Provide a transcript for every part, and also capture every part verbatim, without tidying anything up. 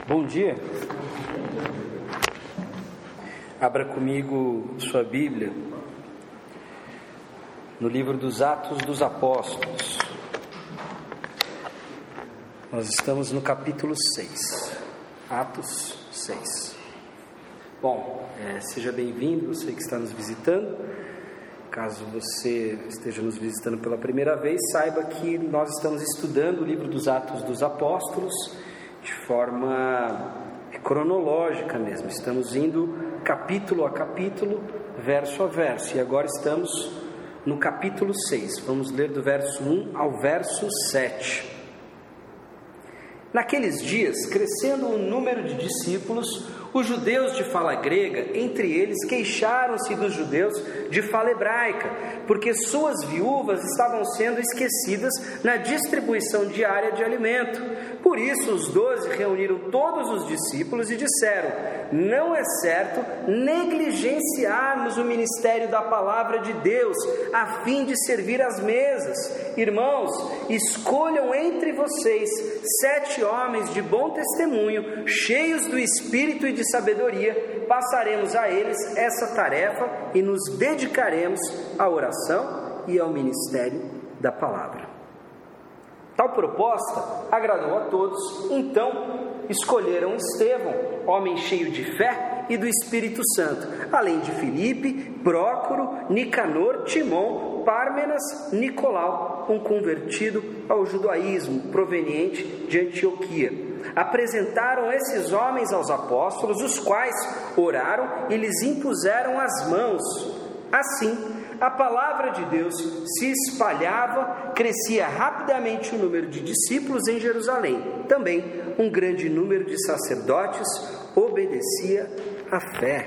Bom dia. Abra comigo sua Bíblia no livro dos Atos dos Apóstolos. Nós estamos no capítulo seis. Atos seis. Bom, é, seja bem-vindo, você que está nos visitando. Caso você esteja nos visitando pela primeira vez, saiba que nós estamos estudando o livro dos Atos dos Apóstolos de forma cronológica mesmo. Estamos indo capítulo a capítulo, verso a verso, e agora estamos no capítulo seis. Vamos ler do verso um ao verso sete. Naqueles dias, crescendo o número de discípulos, os judeus de fala grega, entre eles, queixaram-se dos judeus de fala hebraica, porque suas viúvas estavam sendo esquecidas na distribuição diária de alimento. Por isso, os doze reuniram todos os discípulos e disseram: não é certo negligenciarmos o ministério da palavra de Deus, a fim de servir às mesas. Irmãos, escolham entre vocês sete homens de bom testemunho, cheios do Espírito e de sabedoria. Passaremos a eles essa tarefa e nos dedicaremos à oração e ao ministério da palavra. Tal proposta agradou a todos. Então escolheram Estevão, homem cheio de fé e do Espírito Santo, além de Filipe, Prócoro, Nicanor, Timon, Pármenas, Nicolau, um convertido ao judaísmo proveniente de Antioquia. Apresentaram esses homens aos apóstolos, os quais oraram e lhes impuseram as mãos. Assim, a palavra de Deus se espalhava, crescia rapidamente o número de discípulos em Jerusalém. Também um grande número de sacerdotes obedecia à fé.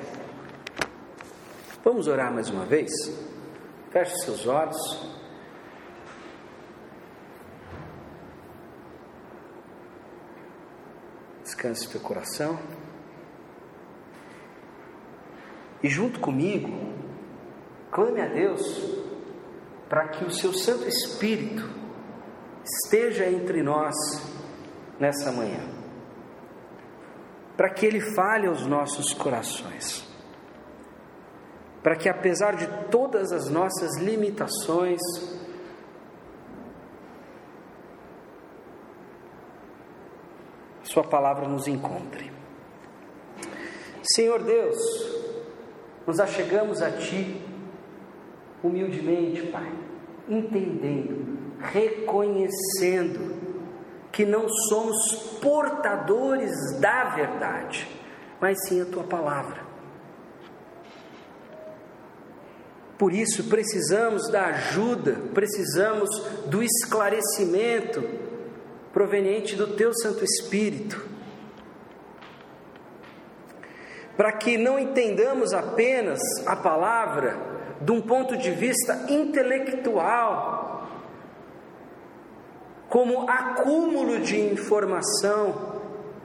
Vamos orar mais uma vez? Feche seus olhos. Descanse teu coração. E junto comigo, clame a Deus para que o seu Santo Espírito esteja entre nós nessa manhã, para que Ele fale aos nossos corações, para que, apesar de todas as nossas limitações, Sua palavra nos encontre. Senhor Deus, nos achegamos a Ti humildemente, Pai, entendendo, reconhecendo que não somos portadores da verdade, mas sim a Tua palavra. Por isso precisamos da ajuda, precisamos do esclarecimento proveniente do Teu Santo Espírito, para que não entendamos apenas a palavra de um ponto de vista intelectual, como acúmulo de informação,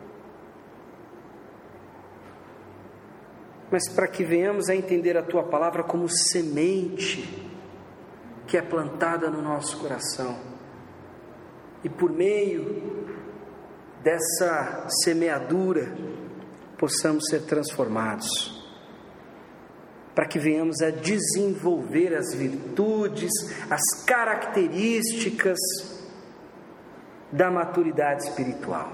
mas para que venhamos a entender a Tua palavra como semente que é plantada no nosso coração, e por meio dessa semeadura possamos ser transformados, para que venhamos a desenvolver as virtudes, as características da maturidade espiritual.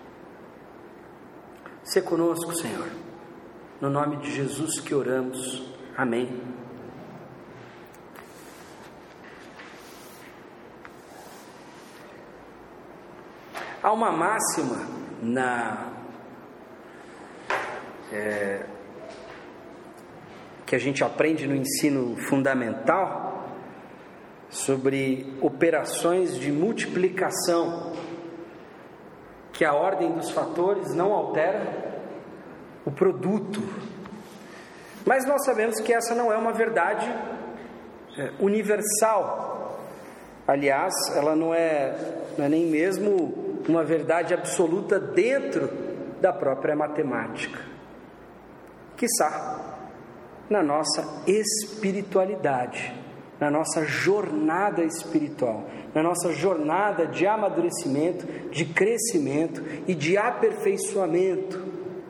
Sê conosco, Senhor, no nome de Jesus que oramos, amém. Há uma máxima na é, que a gente aprende no ensino fundamental sobre operações de multiplicação, que a ordem dos fatores não altera o produto. Mas nós sabemos que essa não é uma verdade é, universal. Aliás, ela não é, não é nem mesmo uma verdade absoluta dentro da própria matemática, quiçá na nossa espiritualidade, na nossa jornada espiritual, na nossa jornada de amadurecimento, de crescimento e de aperfeiçoamento.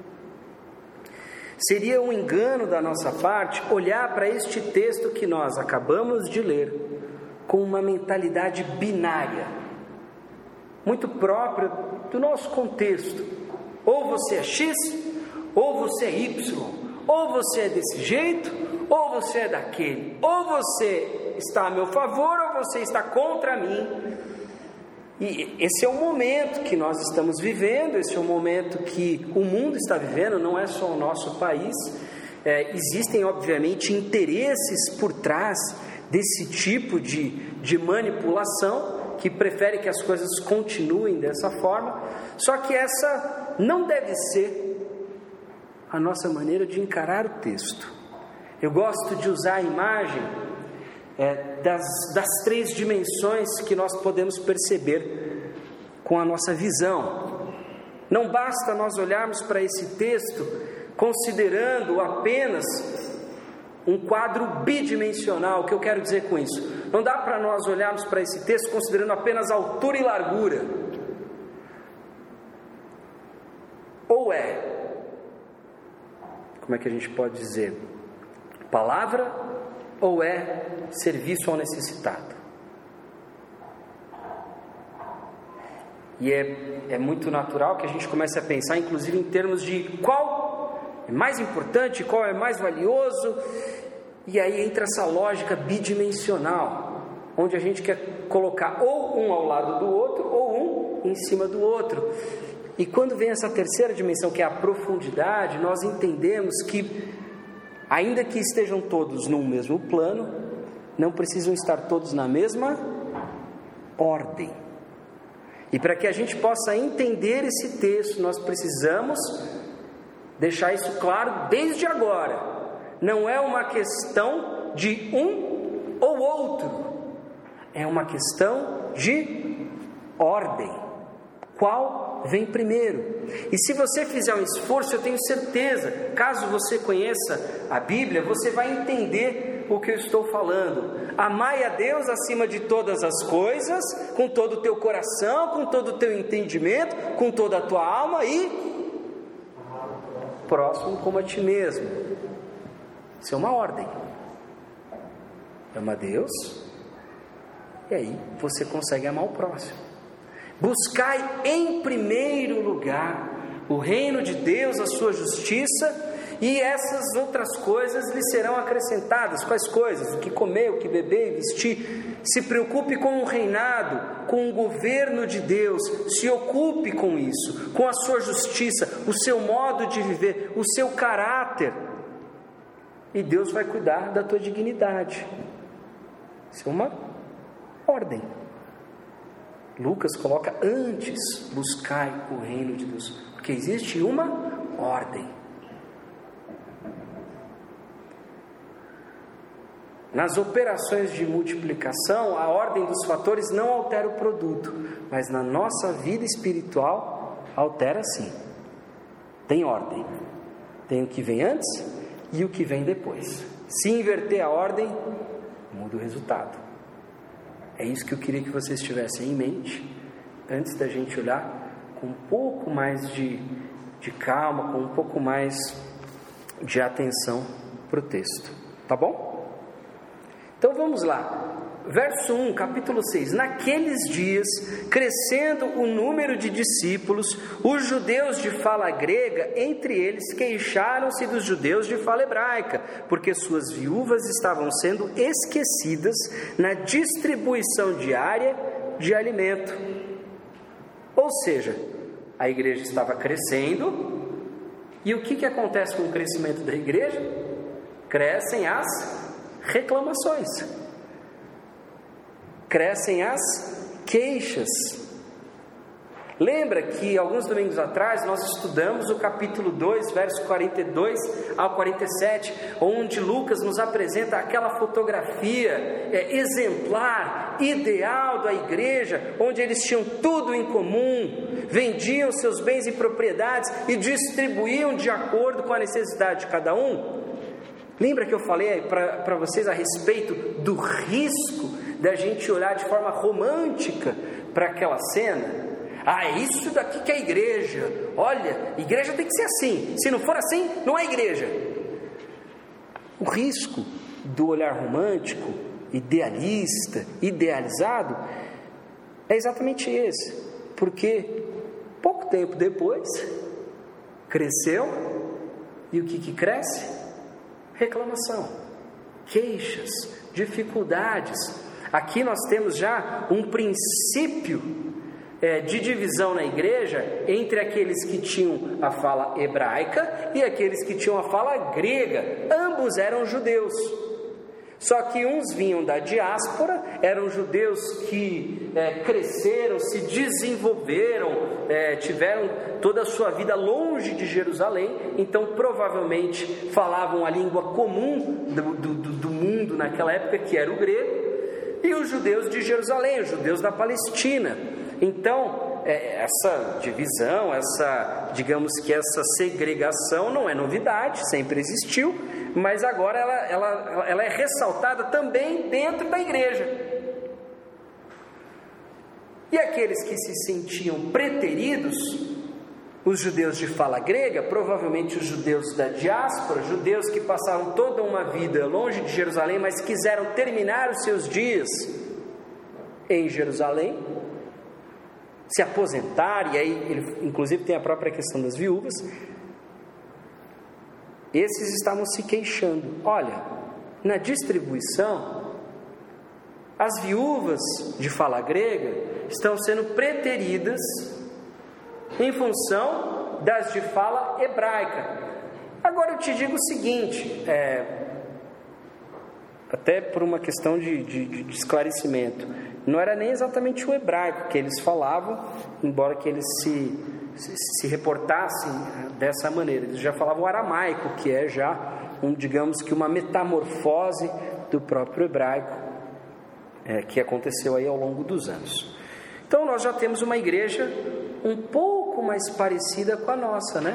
Seria um engano da nossa parte olhar para este texto que nós acabamos de ler com uma mentalidade binária, muito própria do nosso contexto. Ou você é X, ou você é Y, ou você é desse jeito, ou você é daquele, ou você está a meu favor, ou você está contra mim. E esse é o momento que nós estamos vivendo, esse é o momento que o mundo está vivendo, não é só o nosso país. É, existem, obviamente, interesses por trás desse tipo de, de manipulação, que prefere que as coisas continuem dessa forma. Só que essa não deve ser a nossa maneira de encarar o texto. Eu gosto de usar a imagem é, das, das três dimensões que nós podemos perceber com a nossa visão. Não basta nós olharmos para esse texto considerando apenas um quadro bidimensional. O que eu quero dizer com isso? Não dá para nós olharmos para esse texto considerando apenas altura e largura. Ou é, como é que a gente pode dizer, palavra, ou é serviço ao necessitado? E é, é muito natural que a gente comece a pensar, inclusive, em termos de qual é mais importante, qual é mais valioso. E aí entra essa lógica bidimensional, onde a gente quer colocar ou um ao lado do outro, ou um em cima do outro. E quando vem essa terceira dimensão, que é a profundidade, nós entendemos que, ainda que estejam todos no mesmo plano, não precisam estar todos na mesma ordem. E para que a gente possa entender esse texto, nós precisamos deixar isso claro desde agora. Não é uma questão de um ou outro, é uma questão de ordem. Qual vem primeiro? E se você fizer um esforço, eu tenho certeza, caso você conheça a Bíblia, você vai entender o que eu estou falando. Amai a Deus acima de todas as coisas, com todo o teu coração, com todo o teu entendimento, com toda a tua alma, e próximo como a ti mesmo. Isso é uma ordem. Ama a Deus, e aí você consegue amar o próximo. Buscai em primeiro lugar o reino de Deus, a sua justiça, e essas outras coisas lhe serão acrescentadas. Quais coisas? O que comer, o que beber e vestir. Se preocupe com o reinado, com o governo de Deus. Se ocupe com isso, com a sua justiça, o seu modo de viver, o seu caráter. E Deus vai cuidar da tua dignidade. Isso é uma ordem. Lucas coloca antes, buscai o reino de Deus, porque existe uma ordem. Nas operações de multiplicação, a ordem dos fatores não altera o produto, mas na nossa vida espiritual altera sim. Tem ordem. Tem o que vem antes e o que vem depois. Se inverter a ordem, muda o resultado. É isso que eu queria que vocês tivessem em mente, antes da gente olhar com um pouco mais de, de calma, com um pouco mais de atenção para o texto. Tá bom? Então vamos lá. Verso um, capítulo seis. Naqueles dias, crescendo o número de discípulos, os judeus de fala grega, entre eles, queixaram-se dos judeus de fala hebraica, porque suas viúvas estavam sendo esquecidas na distribuição diária de alimento. Ou seja, a igreja estava crescendo, e o que, que acontece com o crescimento da igreja? Crescem as reclamações. Crescem as queixas. Lembra que alguns domingos atrás nós estudamos o capítulo dois, verso quarenta e dois ao quarenta e sete, onde Lucas nos apresenta aquela fotografia é, exemplar, ideal da igreja, onde eles tinham tudo em comum, vendiam seus bens e propriedades e distribuíam de acordo com a necessidade de cada um. Lembra que eu falei para vocês a respeito do risco da gente olhar de forma romântica para aquela cena? Ah, é isso daqui que é igreja. Olha, igreja tem que ser assim. Se não for assim, não é igreja. O risco do olhar romântico, idealista, idealizado, é exatamente esse. Porque pouco tempo depois, cresceu, e o que que cresce? Reclamação, queixas, dificuldades. Aqui nós temos já um princípio é, de divisão na igreja entre aqueles que tinham a fala hebraica e aqueles que tinham a fala grega. Ambos eram judeus. Só que uns vinham da diáspora, eram judeus que é, cresceram, se desenvolveram, é, tiveram toda a sua vida longe de Jerusalém, então provavelmente falavam a língua comum do, do, do mundo naquela época, que era o grego, e os judeus de Jerusalém, os judeus da Palestina. Então, é, essa divisão, essa, digamos que essa segregação não é novidade, sempre existiu, mas agora ela, ela, ela é ressaltada também dentro da igreja. E aqueles que se sentiam preteridos, os judeus de fala grega, provavelmente os judeus da diáspora, judeus que passaram toda uma vida longe de Jerusalém, mas quiseram terminar os seus dias em Jerusalém, se aposentar, e aí ele, inclusive tem a própria questão das viúvas. Esses estavam se queixando. Olha, na distribuição, as viúvas de fala grega estão sendo preteridas em função das de fala hebraica. Agora eu te digo o seguinte, é, até por uma questão de, de, de esclarecimento, não era nem exatamente o hebraico que eles falavam, embora que eles se, se, se reportassem dessa maneira. Eles já falavam o aramaico, que é já, um, digamos que uma metamorfose do próprio hebraico, é, que aconteceu aí ao longo dos anos. Então nós já temos uma igreja um pouco mais parecida com a nossa, né?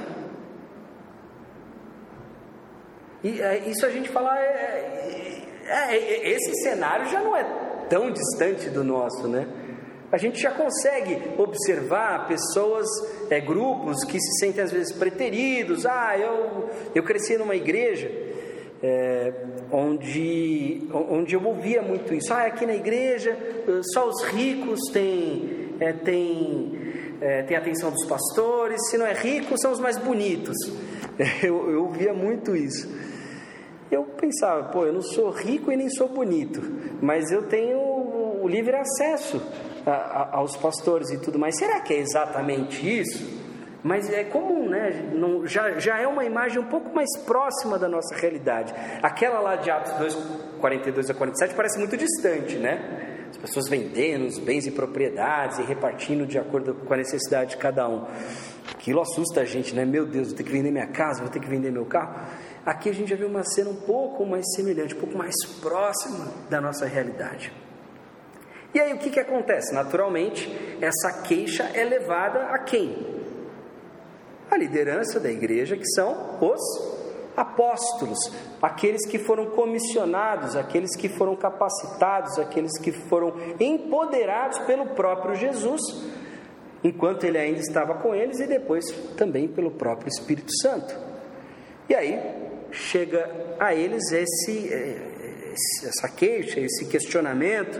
E é, isso a gente fala, é, é, é, esse cenário já não é tão distante do nosso, né? A gente já consegue observar pessoas, é, grupos que se sentem às vezes preteridos. Ah, eu, eu cresci numa igreja é, onde, onde eu ouvia muito isso. Ah, aqui na igreja só os ricos têm, é, têm, é, têm atenção dos pastores, se não é rico são os mais bonitos. Eu, eu ouvia muito isso. Eu pensava, pô, eu não sou rico e nem sou bonito, mas eu tenho o livre acesso a, a, aos pastores e tudo mais. Será que é exatamente isso? Mas é comum, né? Não, já, já é uma imagem um pouco mais próxima da nossa realidade. Aquela lá de Atos dois, quarenta e dois a quarenta e sete parece muito distante, né? As pessoas vendendo os bens e propriedades e repartindo de acordo com a necessidade de cada um. Aquilo assusta a gente, né? Meu Deus, vou ter que vender minha casa, vou ter que vender meu carro. Aqui a gente já vê uma cena um pouco mais semelhante, um pouco mais próxima da nossa realidade. E aí o que que acontece? Naturalmente, essa queixa é levada a quem? A liderança da igreja, que são os apóstolos, aqueles que foram comissionados, aqueles que foram capacitados, aqueles que foram empoderados pelo próprio Jesus, enquanto ele ainda estava com eles, e depois também pelo próprio Espírito Santo. E aí chega a eles esse, essa queixa, esse questionamento.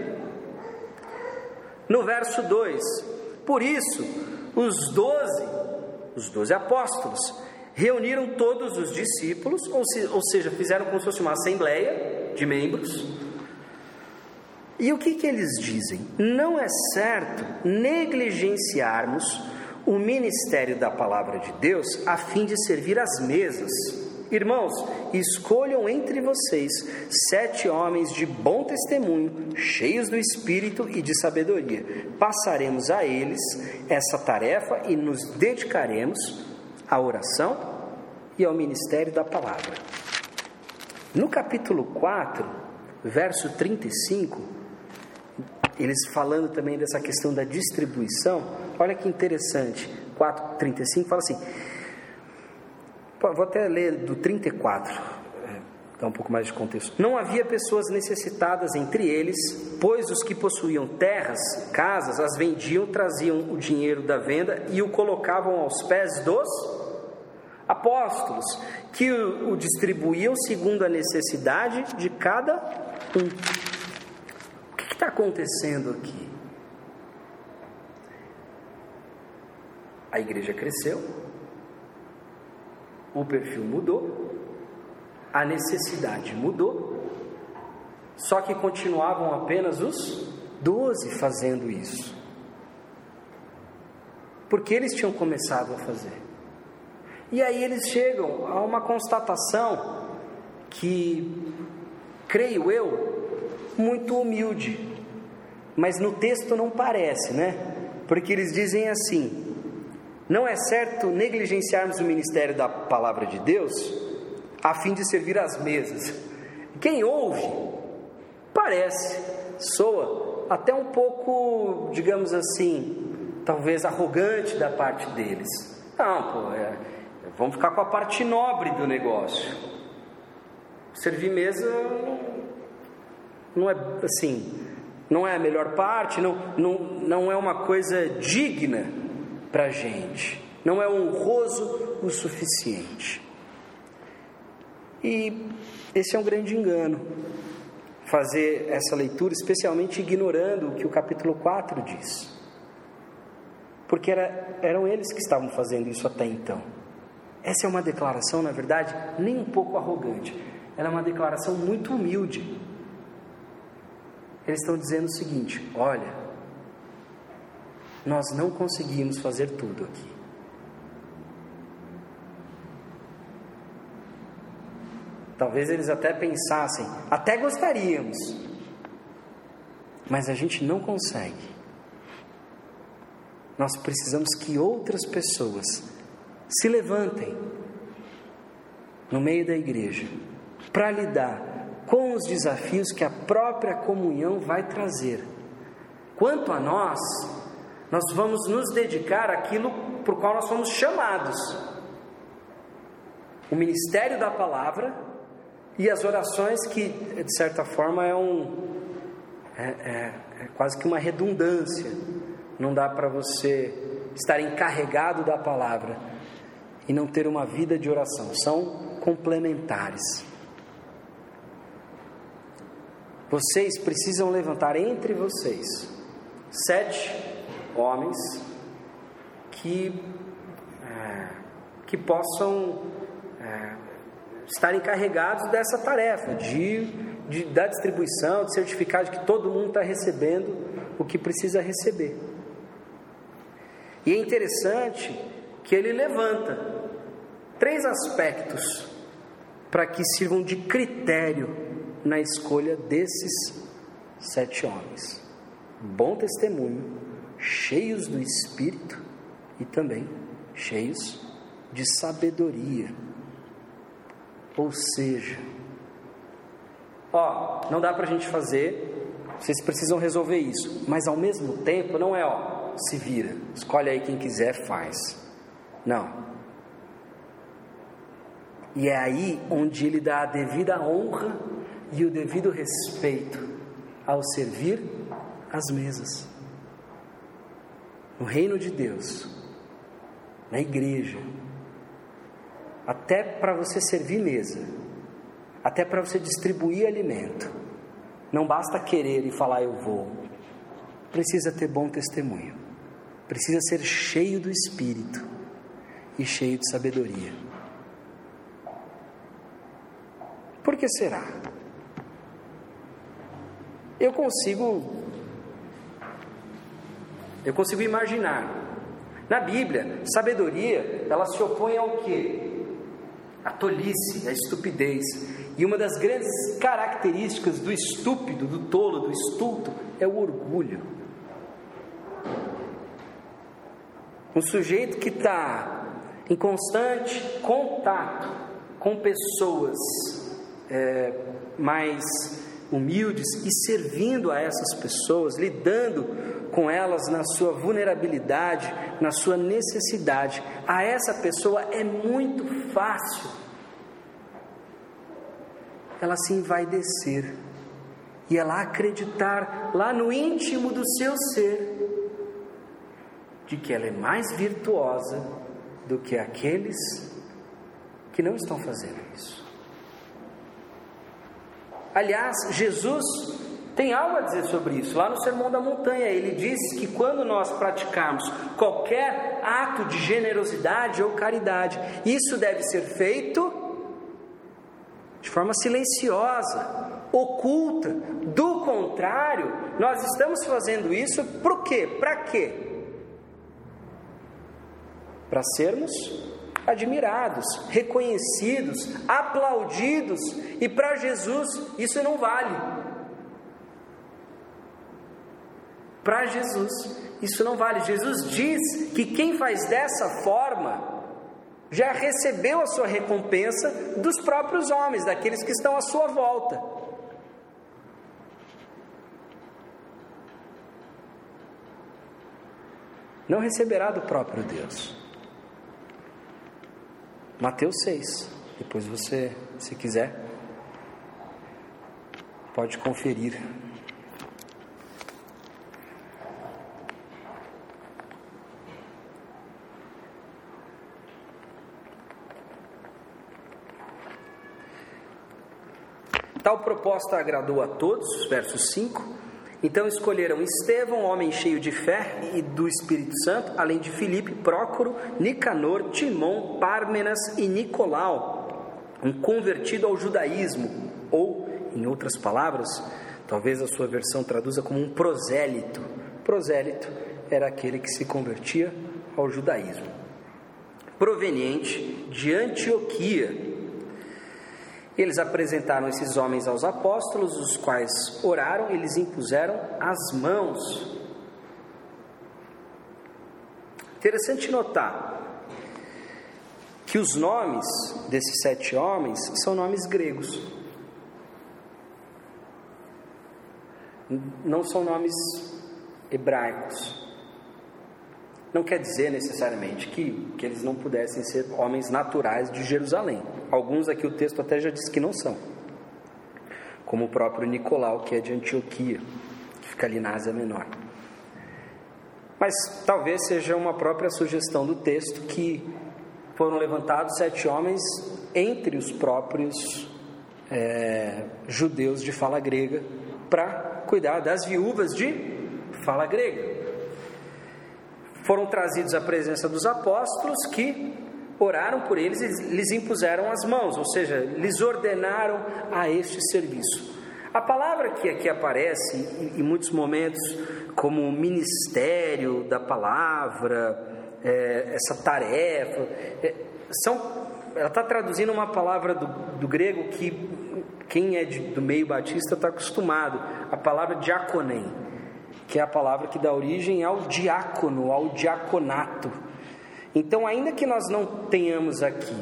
No verso dois, por isso os doze, os doze apóstolos reuniram todos os discípulos, ou, se, ou seja, fizeram como se fosse uma assembleia de membros. E o que que eles dizem? Não é certo negligenciarmos o ministério da palavra de Deus a fim de servir às mesas. Irmãos, escolham entre vocês sete homens de bom testemunho, cheios do Espírito e de sabedoria. Passaremos a eles essa tarefa e nos dedicaremos à oração e ao ministério da palavra. No capítulo quatro, verso trinta e cinco, eles falando também dessa questão da distribuição, olha que interessante, quatro, trinta e cinco, fala assim, vou até ler do trinta e quatro, dar um pouco mais de contexto. Não havia pessoas necessitadas entre eles, pois os que possuíam terras, casas, as vendiam, traziam o dinheiro da venda e o colocavam aos pés dos apóstolos, que o, o distribuíam segundo a necessidade de cada um. O que está acontecendo aqui? A igreja cresceu, o perfil mudou, a necessidade mudou, só que continuavam apenas os doze fazendo isso, porque eles tinham começado a fazer. E aí eles chegam a uma constatação que, creio eu, muito humilde, mas no texto não parece, né? Porque eles dizem assim: não é certo negligenciarmos o ministério da palavra de Deus a fim de servir às mesas. Quem ouve, parece, soa até um pouco, digamos assim, talvez arrogante da parte deles. Não, pô, é, vamos ficar com a parte nobre do negócio. Servir mesa não é assim, não é a melhor parte, não, não, não é uma coisa digna para a gente, não é honroso o suficiente. E esse é um grande engano, fazer essa leitura, especialmente ignorando o que o capítulo quatro diz, porque era, eram eles que estavam fazendo isso até então. Essa é uma declaração, na verdade, nem um pouco arrogante, ela é uma declaração muito humilde. Eles estão dizendo o seguinte: olha, nós não conseguimos fazer tudo aqui. Talvez eles até pensassem, até gostaríamos, mas a gente não consegue. Nós precisamos que outras pessoas se levantem no meio da igreja para lidar com os desafios que a própria comunhão vai trazer. Quanto a nós, nós vamos nos dedicar àquilo por qual nós fomos chamados: o ministério da palavra e as orações, que de certa forma é um é, é, é quase que uma redundância. Não dá para você estar encarregado da palavra e não ter uma vida de oração, são complementares. Vocês precisam levantar entre vocês sete homens que, é, que possam é, estar encarregados dessa tarefa de, de, da distribuição, de certificar de que todo mundo está recebendo o que precisa receber. E é interessante que ele levanta três aspectos para que sirvam de critério na escolha desses sete homens: bom testemunho, cheios do Espírito e também cheios de sabedoria. Ou seja, ó, não dá para a gente fazer, vocês precisam resolver isso, mas ao mesmo tempo não é, ó, se vira, escolhe aí quem quiser, faz. Não. E é aí onde ele dá a devida honra e o devido respeito ao servir as mesas. No reino de Deus, na igreja, até para você servir mesa, até para você distribuir alimento, não basta querer e falar eu vou, precisa ter bom testemunho, precisa ser cheio do Espírito e cheio de sabedoria. Por que será? Eu consigo eu consigo imaginar. Na Bíblia, sabedoria, ela se opõe ao quê? A tolice, a estupidez. E uma das grandes características do estúpido, do tolo, do estulto, é o orgulho. Um sujeito que está em constante contato com pessoas é, mais humildes e servindo a essas pessoas, lidando com elas na sua vulnerabilidade, na sua necessidade, a essa pessoa é muito fácil ela se envaidecer e ela acreditar lá no íntimo do seu ser de que ela é mais virtuosa do que aqueles que não estão fazendo isso. Aliás, Jesus tem algo a dizer sobre isso. Lá no Sermão da Montanha, ele diz que quando nós praticarmos qualquer ato de generosidade ou caridade, isso deve ser feito de forma silenciosa, oculta. Do contrário, nós estamos fazendo isso por quê? Para quê? Para sermos admirados, reconhecidos, aplaudidos, e para Jesus isso não vale. Para Jesus isso não vale. Jesus diz que quem faz dessa forma já recebeu a sua recompensa dos próprios homens, daqueles que estão à sua volta. Não receberá do próprio Deus. Mateus seis, depois você, se quiser, pode conferir. Tal proposta agradou a todos, verso cinco. Então escolheram Estevão, homem cheio de fé e do Espírito Santo, além de Filipe, Prócoro, Nicanor, Timon, Pármenas e Nicolau, um convertido ao judaísmo, ou, em outras palavras, talvez a sua versão traduza como um prosélito. Prosélito era aquele que se convertia ao judaísmo. Proveniente de Antioquia. Eles apresentaram esses homens aos apóstolos, os quais oraram e lhes impuseram as mãos. Interessante notar que os nomes desses sete homens são nomes gregos. Não são nomes hebraicos. Não quer dizer necessariamente que, que eles não pudessem ser homens naturais de Jerusalém. Alguns aqui o texto até já diz que não são. Como o próprio Nicolau, que é de Antioquia, que fica ali na Ásia Menor. Mas talvez seja uma própria sugestão do texto que foram levantados sete homens entre os próprios é, judeus de fala grega para cuidar das viúvas de fala grega. Foram trazidos à presença dos apóstolos, que oraram por eles e lhes impuseram as mãos, ou seja, lhes ordenaram a este serviço. A palavra que aqui aparece em muitos momentos como ministério da palavra, é, essa tarefa, é, são, ela está traduzindo uma palavra do, do grego que quem é de, do meio batista está acostumado, a palavra diakonem, que é a palavra que dá origem ao diácono, ao diaconato. Então, ainda que nós não tenhamos aqui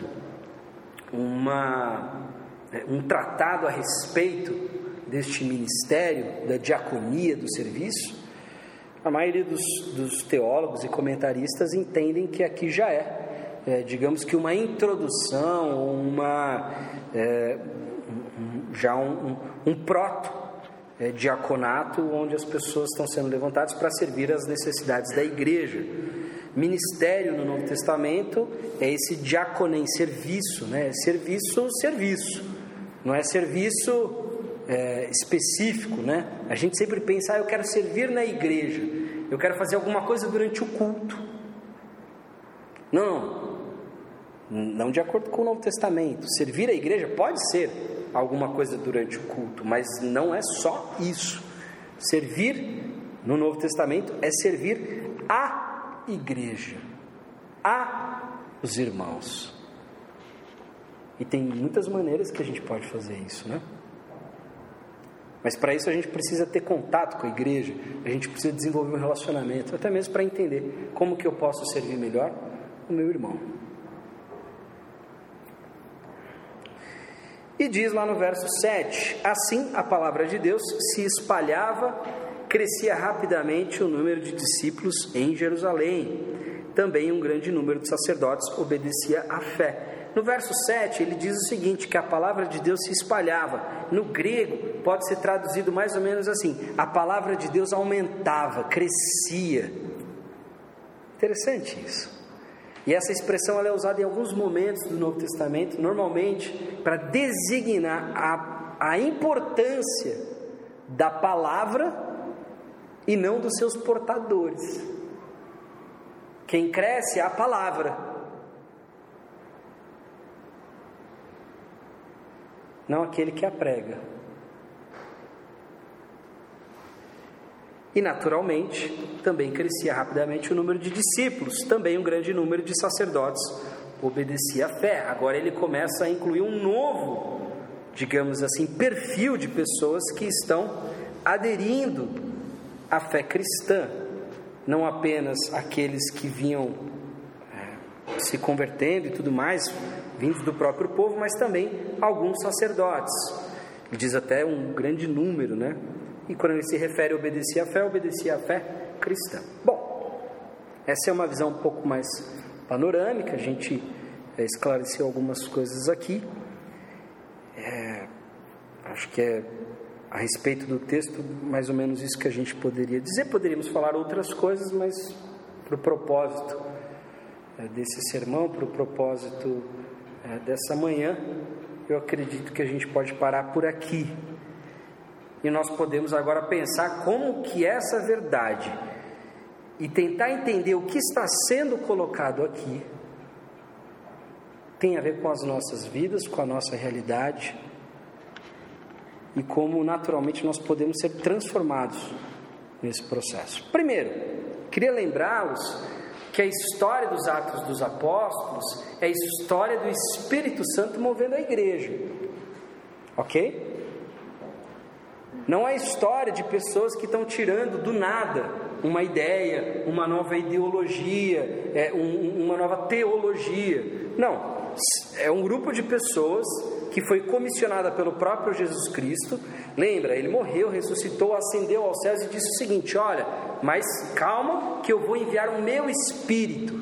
uma, um tratado a respeito deste ministério, da diaconia, do serviço, a maioria dos, dos teólogos e comentaristas entendem que aqui já é, é digamos que uma introdução, uma, é, um, já um, um, um proto, É, diaconato, onde as pessoas estão sendo levantadas para servir às necessidades da igreja. Ministério no Novo Testamento é esse diaconem, serviço, né? Serviço, serviço, não é serviço é, específico, né? A gente sempre pensa, ah, eu quero servir na igreja, eu quero fazer alguma coisa durante o culto. Não, não de acordo com o Novo Testamento. Servir a igreja pode ser alguma coisa durante o culto, mas não é só isso. Servir no Novo Testamento é servir a igreja, a os irmãos. E tem muitas maneiras que a gente pode fazer isso, né? Mas para isso a gente precisa ter contato com a igreja, a gente precisa desenvolver um relacionamento, até mesmo para entender como que eu posso servir melhor o meu irmão. E diz lá no verso sete, assim a palavra de Deus se espalhava, crescia rapidamente o número de discípulos em Jerusalém. Também um grande número de sacerdotes obedecia à fé. No verso sete, ele diz o seguinte, que a palavra de Deus se espalhava. No grego, pode ser traduzido mais ou menos assim: a palavra de Deus aumentava, crescia. Interessante isso. E essa expressão ela é usada em alguns momentos do Novo Testamento, normalmente para designar a, a importância da palavra e não dos seus portadores. Quem cresce é a palavra, não aquele que a prega. E naturalmente, também crescia rapidamente o número de discípulos, também um grande número de sacerdotes obedecia à fé. Agora ele começa a incluir um novo, digamos assim, perfil de pessoas que estão aderindo à fé cristã. Não apenas aqueles que vinham é, se convertendo e tudo mais, vindos do próprio povo, mas também alguns sacerdotes. Ele diz até um grande número, né? E quando ele se refere a obedecer à fé, obedecia à fé cristã. Bom, essa é uma visão um pouco mais panorâmica, a gente é, esclareceu algumas coisas aqui. É, acho que é a respeito do texto, mais ou menos isso que a gente poderia dizer. Poderíamos falar outras coisas, mas para o propósito é, desse sermão, para o propósito é, dessa manhã, eu acredito que a gente pode parar por aqui. E nós podemos agora pensar como que essa verdade e tentar entender o que está sendo colocado aqui tem a ver com as nossas vidas, com a nossa realidade, e como naturalmente nós podemos ser transformados nesse processo. Primeiro, queria lembrá-los que a história dos Atos dos Apóstolos é a história do Espírito Santo movendo a igreja, ok? Não é história de pessoas que estão tirando do nada uma ideia, uma nova ideologia, é, um, uma nova teologia. Não, é um grupo de pessoas que foi comissionada pelo próprio Jesus Cristo. Lembra, ele morreu, ressuscitou, ascendeu aos céus e disse o seguinte: olha, mas calma que eu vou enviar o meu Espírito,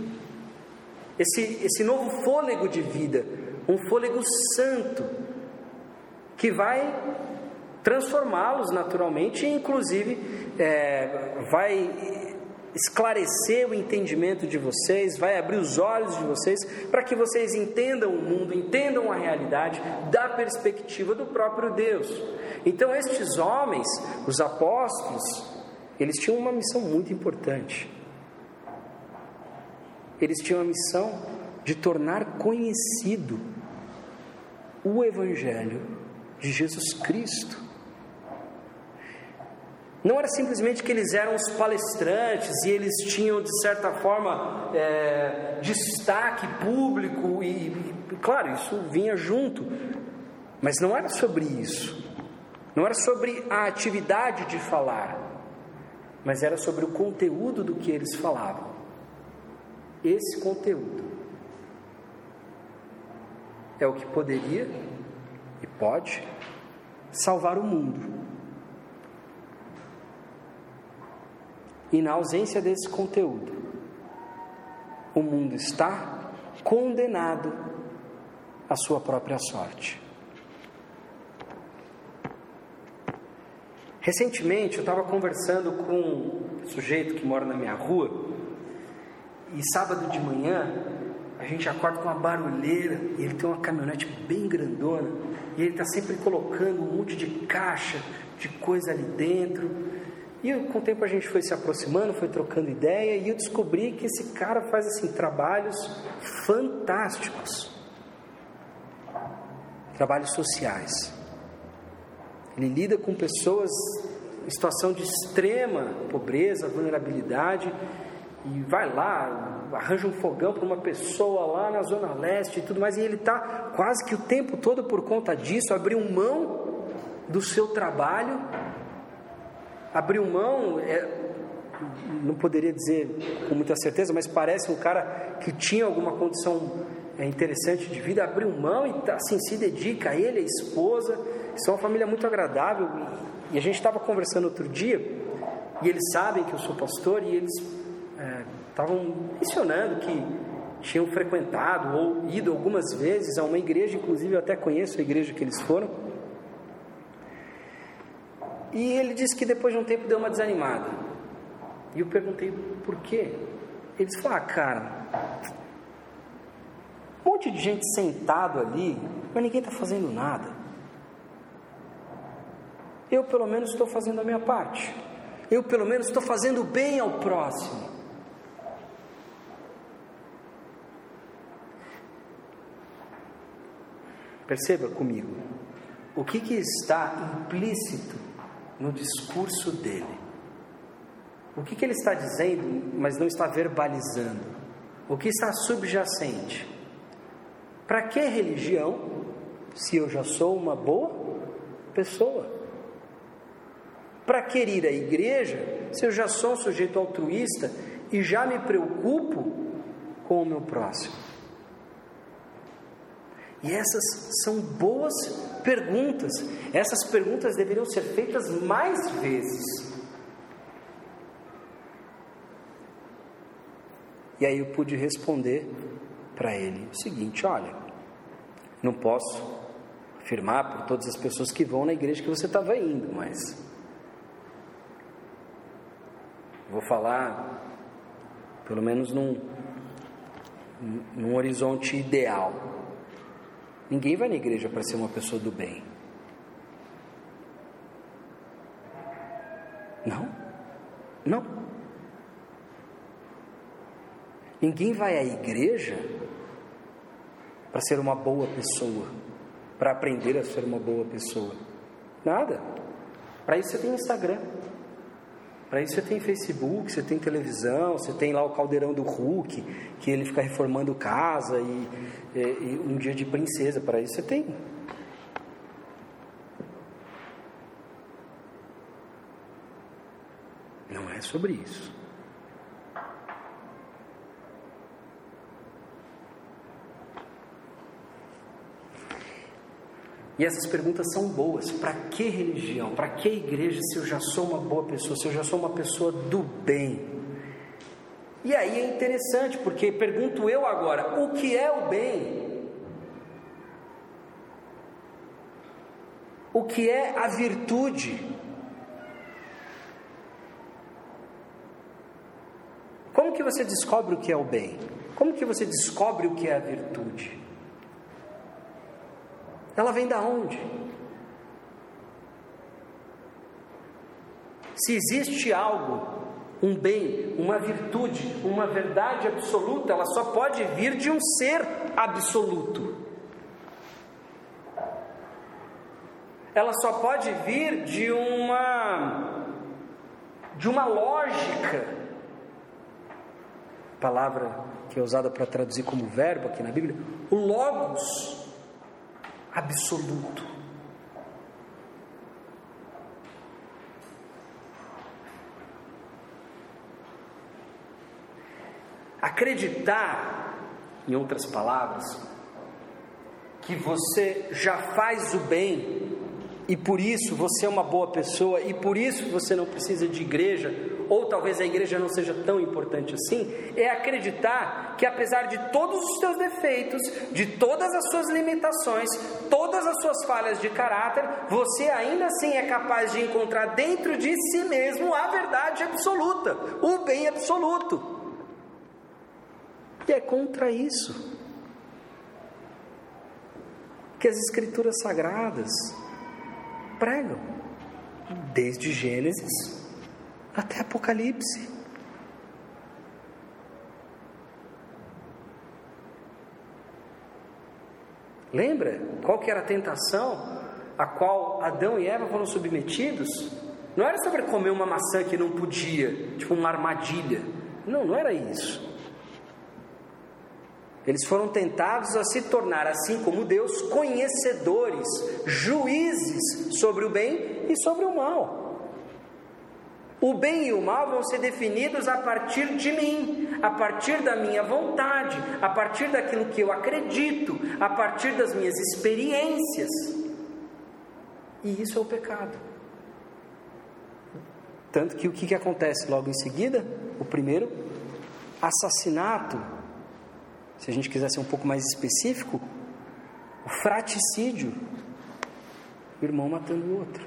esse, esse novo fôlego de vida, um fôlego santo, que vai transformá-los naturalmente, e inclusive é, vai esclarecer o entendimento de vocês, vai abrir os olhos de vocês, para que vocês entendam o mundo, entendam a realidade da perspectiva do próprio Deus. Então estes homens, os apóstolos, eles tinham uma missão muito importante. Eles tinham a missão de tornar conhecido o Evangelho de Jesus Cristo. Não era simplesmente que eles eram os palestrantes e eles tinham, de certa forma, é, destaque público e, e, claro, isso vinha junto, mas não era sobre isso, não era sobre a atividade de falar, mas era sobre o conteúdo do que eles falavam. Esse conteúdo é o que poderia e pode salvar o mundo. E na ausência desse conteúdo, o mundo está condenado à sua própria sorte. Recentemente eu estava conversando com um sujeito que mora na minha rua, e sábado de manhã a gente acorda com uma barulheira, e ele tem uma caminhonete bem grandona, e ele está sempre colocando um monte de caixa de coisa ali dentro. E com o tempo a gente foi se aproximando, foi trocando ideia, e eu descobri que esse cara faz assim, trabalhos fantásticos, trabalhos sociais. Ele lida com pessoas em situação de extrema pobreza, vulnerabilidade, e vai lá, arranja um fogão para uma pessoa lá na Zona Leste e tudo mais, e ele está quase que o tempo todo, por conta disso, abriu mão do seu trabalho. Abriu mão, é, não poderia dizer com muita certeza, mas parece um cara que tinha alguma condição é, interessante de vida, abriu mão e assim, se dedica a ele, a esposa. São uma família muito agradável. E, e a gente estava conversando outro dia, e eles sabem que eu sou pastor, e eles é, estavam mencionando que tinham frequentado ou ido algumas vezes a uma igreja, inclusive eu até conheço a igreja que eles foram. E ele disse que depois de um tempo deu uma desanimada. E eu perguntei por quê. Ele disse, ah, cara, um monte de gente sentado ali, mas ninguém está fazendo nada. Eu pelo menos estou fazendo a minha parte. Eu pelo menos estou fazendo bem ao próximo. Perceba comigo, o que, que está implícito no discurso dele? O que, que ele está dizendo, mas não está verbalizando? O que está subjacente? Para que religião, se eu já sou uma boa pessoa? Para que ir à igreja, se eu já sou um sujeito altruísta e já me preocupo com o meu próximo? E essas são boas perguntas. Essas perguntas deveriam ser feitas mais vezes. E aí eu pude responder para ele o seguinte: olha, não posso afirmar por todas as pessoas que vão na igreja que você estava indo, mas vou falar pelo menos num, num horizonte ideal. Ninguém vai na igreja para ser uma pessoa do bem. Não, não. Ninguém vai à igreja para ser uma boa pessoa, para aprender a ser uma boa pessoa. Nada. Para isso você tem Instagram, para isso você tem Facebook, você tem televisão, você tem lá o caldeirão do Hulk, que ele fica reformando casa e, e, e um dia de princesa. Para isso você tem. Não é sobre isso. E essas perguntas são boas. Para que religião? Para que igreja, se eu já sou uma boa pessoa, se eu já sou uma pessoa do bem? E aí é interessante, porque pergunto eu agora, o que é o bem? O que é a virtude? Como que você descobre o que é o bem? Como que você descobre o que é a virtude? Ela vem da onde? Se existe algo, um bem, uma virtude, uma verdade absoluta, ela só pode vir de um ser absoluto. Ela só pode vir de uma de uma lógica, palavra que é usada para traduzir como verbo aqui na Bíblia, o logos absoluto. Acreditar, em outras palavras, que você já faz o bem e por isso você é uma boa pessoa e por isso você não precisa de igreja, ou talvez a igreja não seja tão importante assim, é acreditar que apesar de todos os seus defeitos, de todas as suas limitações, todas as suas falhas de caráter, você ainda assim é capaz de encontrar dentro de si mesmo a verdade absoluta, o bem absoluto. E é contra isso que as escrituras sagradas pregam, desde Gênesis até Apocalipse. Lembra qual que era a tentação a qual Adão e Eva foram submetidos? Não era sobre comer uma maçã que não podia, tipo uma armadilha. Não, não era isso. Eles foram tentados a se tornar, assim como Deus, conhecedores, juízes sobre o bem e sobre o mal. O bem e o mal vão ser definidos a partir de mim, a partir da minha vontade, a partir daquilo que eu acredito, a partir das minhas experiências. E isso é o pecado. Tanto que o que, que acontece logo em seguida? O primeiro, assassinato Se a gente quiser ser um pouco mais específico, o fraticídio, o irmão matando o outro.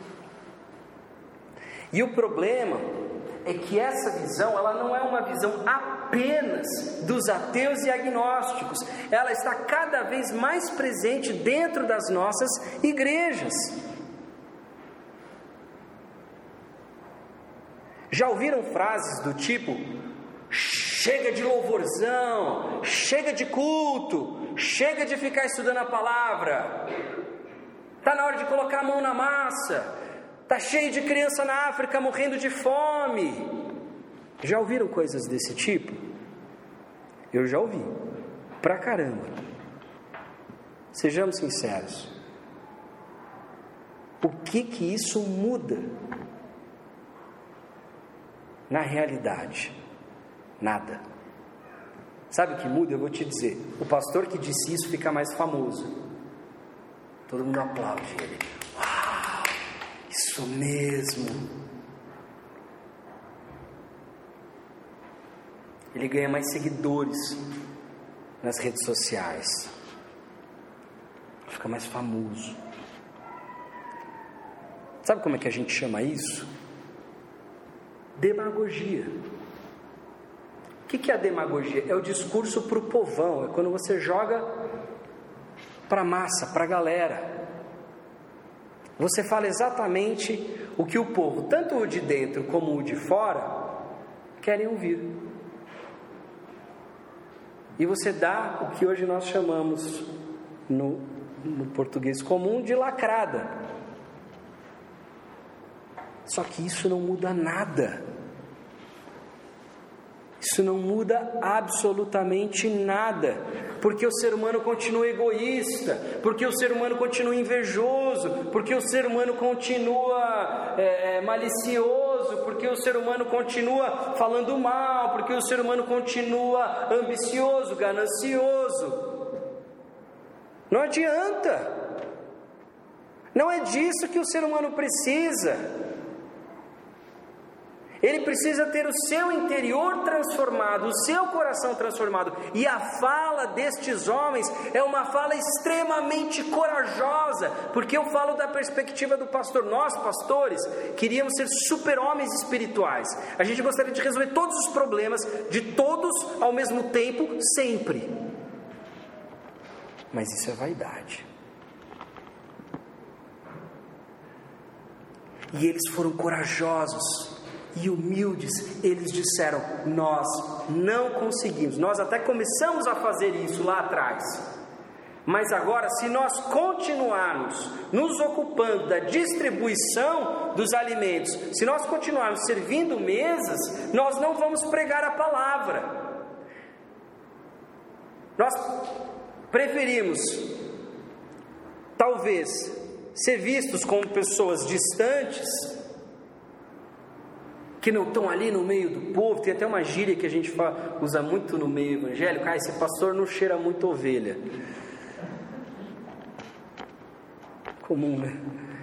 E o problema é que essa visão, ela não é uma visão apenas dos ateus e agnósticos, ela está cada vez mais presente dentro das nossas igrejas. Já ouviram frases do tipo: chega de louvorzão, chega de culto, chega de ficar estudando a palavra, está na hora de colocar a mão na massa, está cheio de criança na África morrendo de fome. Já ouviram coisas desse tipo? Eu já ouvi, pra caramba. Sejamos sinceros, o que que isso muda na realidade? Nada. Sabe o que muda? Eu vou te dizer, o pastor que disse isso fica mais famoso, todo mundo aplaude ele. Uau, isso mesmo. Ele ganha mais seguidores nas redes sociais, fica mais famoso. Sabe como é que a gente chama isso? Demagogia. O que que é a demagogia? É o discurso para o povão, é quando você joga para a massa, para a galera. Você fala exatamente o que o povo, tanto o de dentro como o de fora, querem ouvir. E você dá o que hoje nós chamamos no, no português comum de lacrada. Só que isso não muda nada. Isso não muda absolutamente nada, porque o ser humano continua egoísta, porque o ser humano continua invejoso, porque o ser humano continua é, malicioso, porque o ser humano continua falando mal, porque o ser humano continua ambicioso, ganancioso. Não adianta. Não é disso que o ser humano precisa. Ele precisa ter o seu interior transformado, o seu coração transformado. E a fala destes homens é uma fala extremamente corajosa, porque eu falo da perspectiva do pastor. Nós, pastores, queríamos ser super-homens espirituais. A gente gostaria de resolver todos os problemas de todos ao mesmo tempo, sempre. Mas isso é vaidade. E eles foram corajosos e humildes. Eles disseram: nós não conseguimos, nós até começamos a fazer isso lá atrás, mas agora, se nós continuarmos nos ocupando da distribuição dos alimentos, se nós continuarmos servindo mesas, nós não vamos pregar a palavra. Nós preferimos talvez ser vistos como pessoas distantes, que não estão ali no meio do povo. Tem até uma gíria que a gente fala, usa muito no meio evangélico: ah, esse pastor não cheira muito ovelha. Comum, né?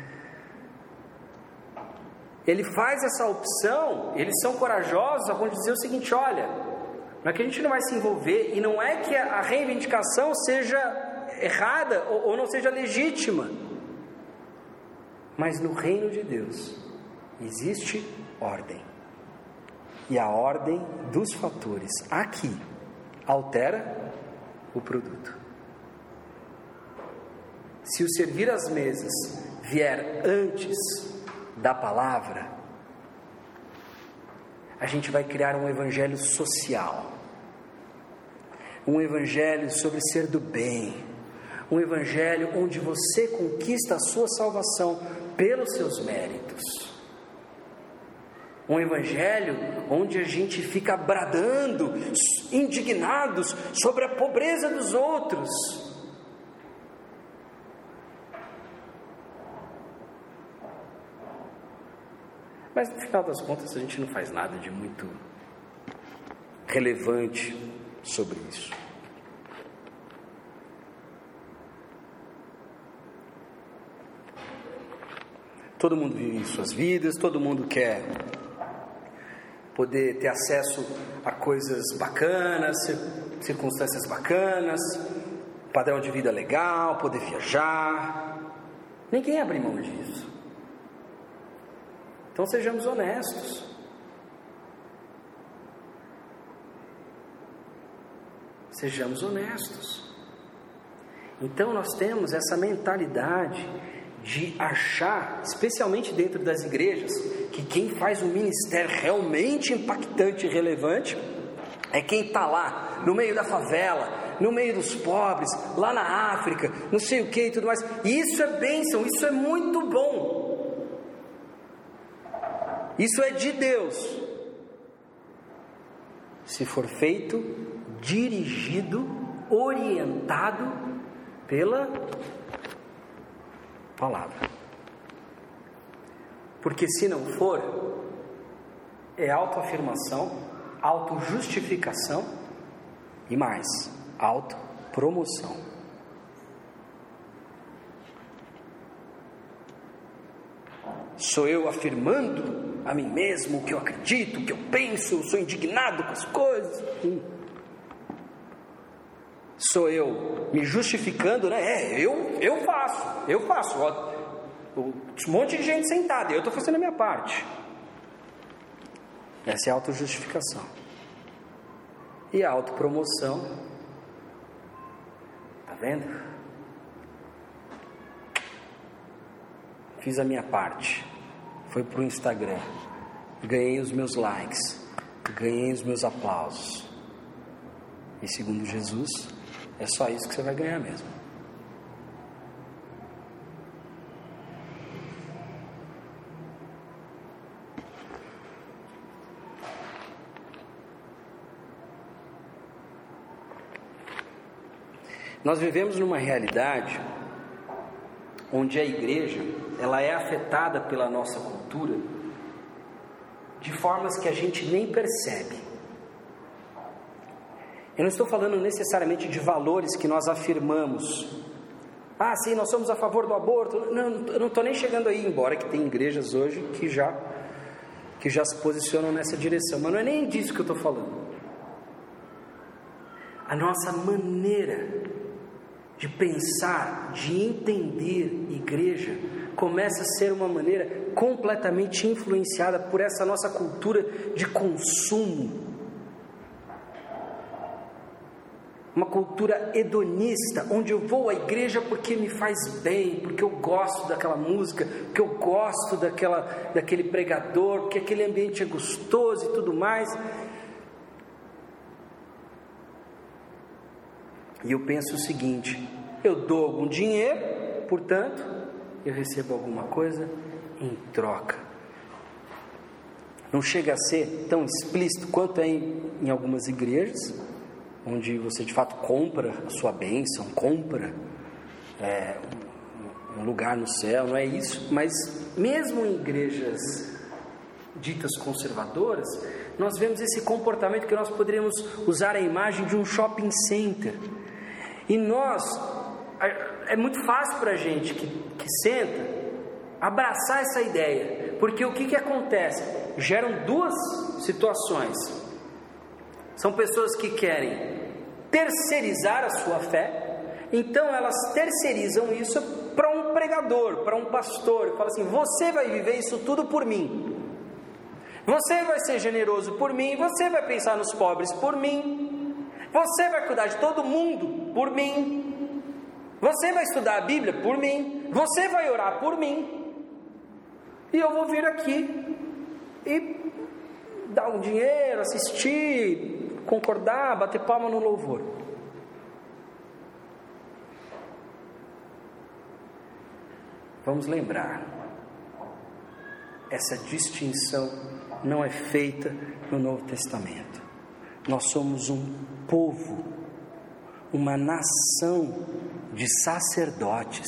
Ele faz essa opção, eles são corajosos a ponto de dizer o seguinte: olha, não é que a gente não vai se envolver, e não é que a reivindicação seja errada ou, ou não seja legítima, mas no reino de Deus existe ordem. E a ordem dos fatores aqui altera o produto. Se o servir às mesas vier antes da palavra, a gente vai criar um evangelho social, um evangelho sobre ser do bem, um evangelho onde você conquista a sua salvação pelos seus méritos. Um evangelho onde a gente fica bradando, indignados sobre a pobreza dos outros. Mas no final das contas a gente não faz nada de muito relevante sobre isso. Todo mundo vive suas vidas, todo mundo quer poder ter acesso a coisas bacanas, circunstâncias bacanas, padrão de vida legal, poder viajar. Ninguém abre mão disso. Então sejamos honestos. Sejamos honestos. Então nós temos essa mentalidade de achar, especialmente dentro das igrejas, que quem faz um ministério realmente impactante e relevante é quem está lá, no meio da favela, no meio dos pobres, lá na África, não sei o que e tudo mais. E isso é bênção, isso é muito bom. Isso é de Deus. Se for feito, dirigido, orientado pela palavra. Porque se não for, é autoafirmação, autojustificação e mais, autopromoção. Sou eu afirmando a mim mesmo o que eu acredito, o que eu penso, sou indignado com as coisas. Hum. Sou eu me justificando, né? É, eu, eu faço, eu faço. Ó, um monte de gente sentada, eu estou fazendo a minha parte. Essa é a autojustificação. E a autopromoção, tá vendo? Fiz a minha parte, foi pro Instagram, ganhei os meus likes, ganhei os meus aplausos. E segundo Jesus, é só isso que você vai ganhar mesmo. Nós vivemos numa realidade onde a igreja, ela é afetada pela nossa cultura de formas que a gente nem percebe. Eu não estou falando necessariamente de valores que nós afirmamos. Ah, sim, nós somos a favor do aborto. Não, eu não estou nem chegando aí, embora que tem igrejas hoje que já, que já se posicionam nessa direção. Mas não é nem disso que eu estou falando. A nossa maneira de pensar, de entender igreja, começa a ser uma maneira completamente influenciada por essa nossa cultura de consumo. Uma cultura hedonista, onde eu vou à igreja porque me faz bem, porque eu gosto daquela música, porque eu gosto daquela, daquele pregador, porque aquele ambiente é gostoso e tudo mais. E eu penso o seguinte: eu dou algum dinheiro, portanto, eu recebo alguma coisa em troca. Não chega a ser tão explícito quanto é em, em algumas igrejas, onde você de fato compra a sua bênção, compra é, um, um lugar no céu, não é isso? Mas mesmo em igrejas ditas conservadoras, nós vemos esse comportamento que nós poderíamos usar a imagem de um shopping center. E nós, é muito fácil para a gente que, que senta abraçar essa ideia, porque o que, que acontece? Geram duas situações. São pessoas que querem terceirizar a sua fé, então elas terceirizam isso para um pregador, para um pastor, e fala assim: você vai viver isso tudo por mim, você vai ser generoso por mim, você vai pensar nos pobres por mim, você vai cuidar de todo mundo por mim, você vai estudar a Bíblia por mim, você vai orar por mim, e eu vou vir aqui e dar um dinheiro, assistir, concordar, bater palma no louvor. Vamos lembrar, essa distinção não é feita no Novo Testamento. Nós somos um povo, uma nação de sacerdotes,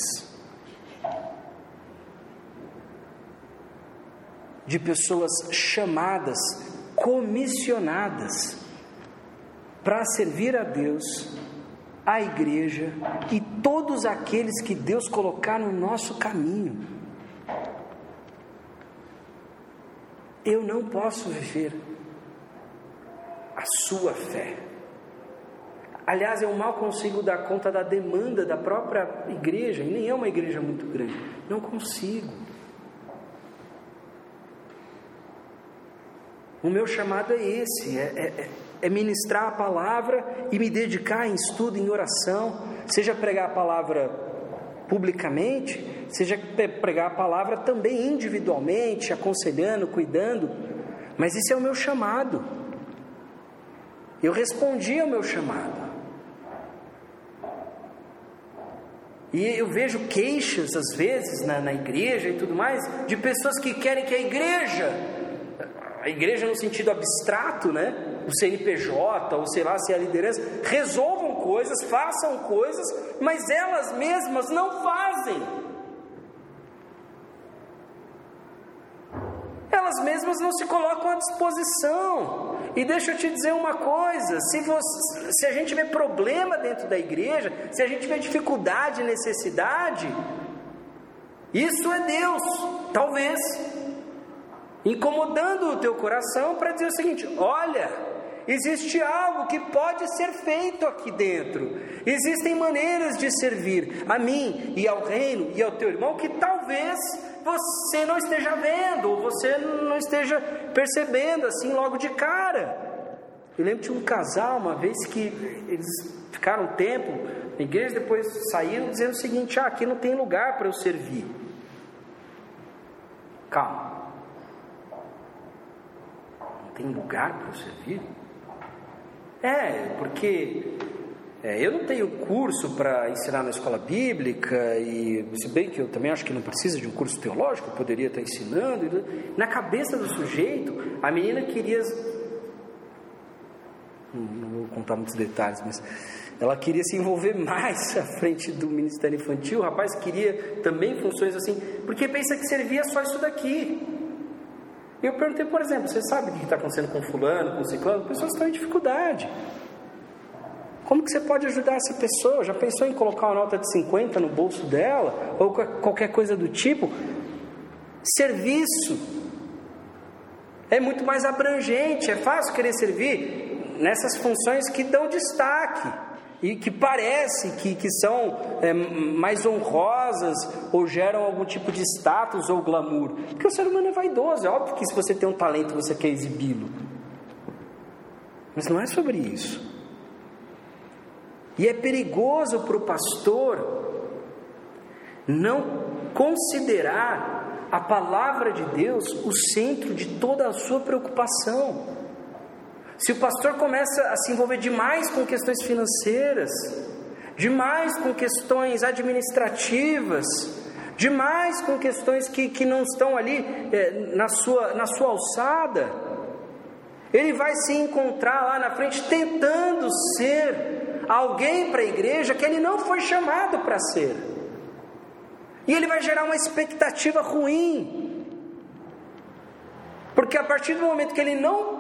de pessoas chamadas, comissionadas para servir a Deus, a igreja e todos aqueles que Deus colocar no nosso caminho. Eu não posso viver a sua fé. Aliás, eu mal consigo dar conta da demanda da própria igreja, e nem é uma igreja muito grande. Não consigo. O meu chamado é esse, é, é, é ministrar a palavra e me dedicar em estudo, em oração, seja pregar a palavra publicamente, seja pregar a palavra também individualmente, aconselhando, cuidando, mas esse é o meu chamado. Eu respondi ao meu chamado. E eu vejo queixas, às vezes, na, na igreja e tudo mais, de pessoas que querem que a igreja, a igreja no sentido abstrato, né? O C N P J, ou sei lá se é a liderança, resolvam coisas, façam coisas, mas elas mesmas não fazem. Elas mesmas não se colocam à disposição. E deixa eu te dizer uma coisa, se, você, se a gente vê problema dentro da igreja, se a gente vê dificuldade e necessidade, isso é Deus, talvez, incomodando o teu coração para dizer o seguinte: olha, existe algo que pode ser feito aqui dentro, existem maneiras de servir a mim e ao reino e ao teu irmão que talvez você não esteja vendo, ou você não esteja percebendo assim logo de cara. Eu lembro de um casal uma vez que eles ficaram um tempo na igreja, depois saíram dizendo o seguinte: ah, aqui não tem lugar para eu servir. Calma, não tem lugar para eu servir? É, porque é, eu não tenho curso para ensinar na escola bíblica, e se bem que eu também acho que não precisa de um curso teológico, eu poderia estar ensinando. Na cabeça do sujeito, a menina queria, não, não vou contar muitos detalhes, mas ela queria se envolver mais à frente do ministério infantil, o rapaz queria também funções assim, porque pensa que servia só isso daqui. Eu perguntei, por exemplo, você sabe o que está acontecendo com fulano, com ciclano? Pessoas estão em dificuldade. Como que você pode ajudar essa pessoa? Já pensou em colocar uma nota de cinquenta no bolso dela? Ou qualquer coisa do tipo? Serviço é muito mais abrangente. É fácil querer servir nessas funções que dão destaque e que parece que, que são é, mais honrosas ou geram algum tipo de status ou glamour. Porque o ser humano é vaidoso. É óbvio que se você tem um talento você quer exibi-lo, mas não é sobre isso. E é perigoso para o pastor não considerar a palavra de Deus o centro de toda a sua preocupação. Se o pastor começa a se envolver demais com questões financeiras, demais com questões administrativas, demais com questões que, que não estão ali é, na, sua, na sua alçada, ele vai se encontrar lá na frente tentando ser alguém para a igreja que ele não foi chamado para ser, e ele vai gerar uma expectativa ruim, porque a partir do momento que ele não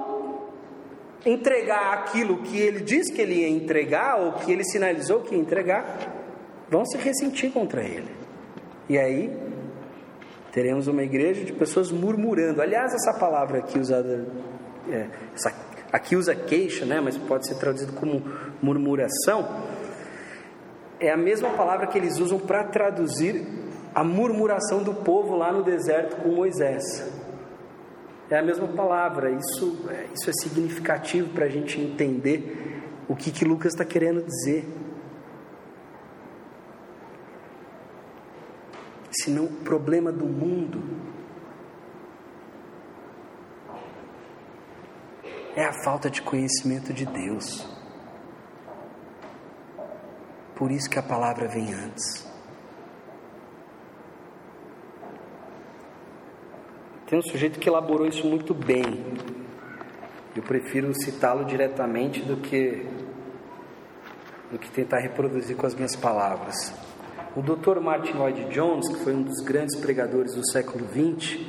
entregar aquilo que ele disse que ele ia entregar, ou que ele sinalizou que ia entregar, vão se ressentir contra ele, e aí teremos uma igreja de pessoas murmurando. Aliás, essa palavra aqui usada, é, essa aqui usa queixa, né? Mas pode ser traduzido como murmuração. É a mesma palavra que eles usam para traduzir a murmuração do povo lá no deserto com Moisés. É a mesma palavra. Isso, isso é significativo para a gente entender o que, que Lucas está querendo dizer. Senão, o problema do mundo é a falta de conhecimento de Deus. Por isso que a palavra vem antes. Tem um sujeito que elaborou isso muito bem. Eu prefiro citá-lo diretamente do que, do que tentar reproduzir com as minhas palavras. O doutor Martin Lloyd-Jones, que foi um dos grandes pregadores do século vinte,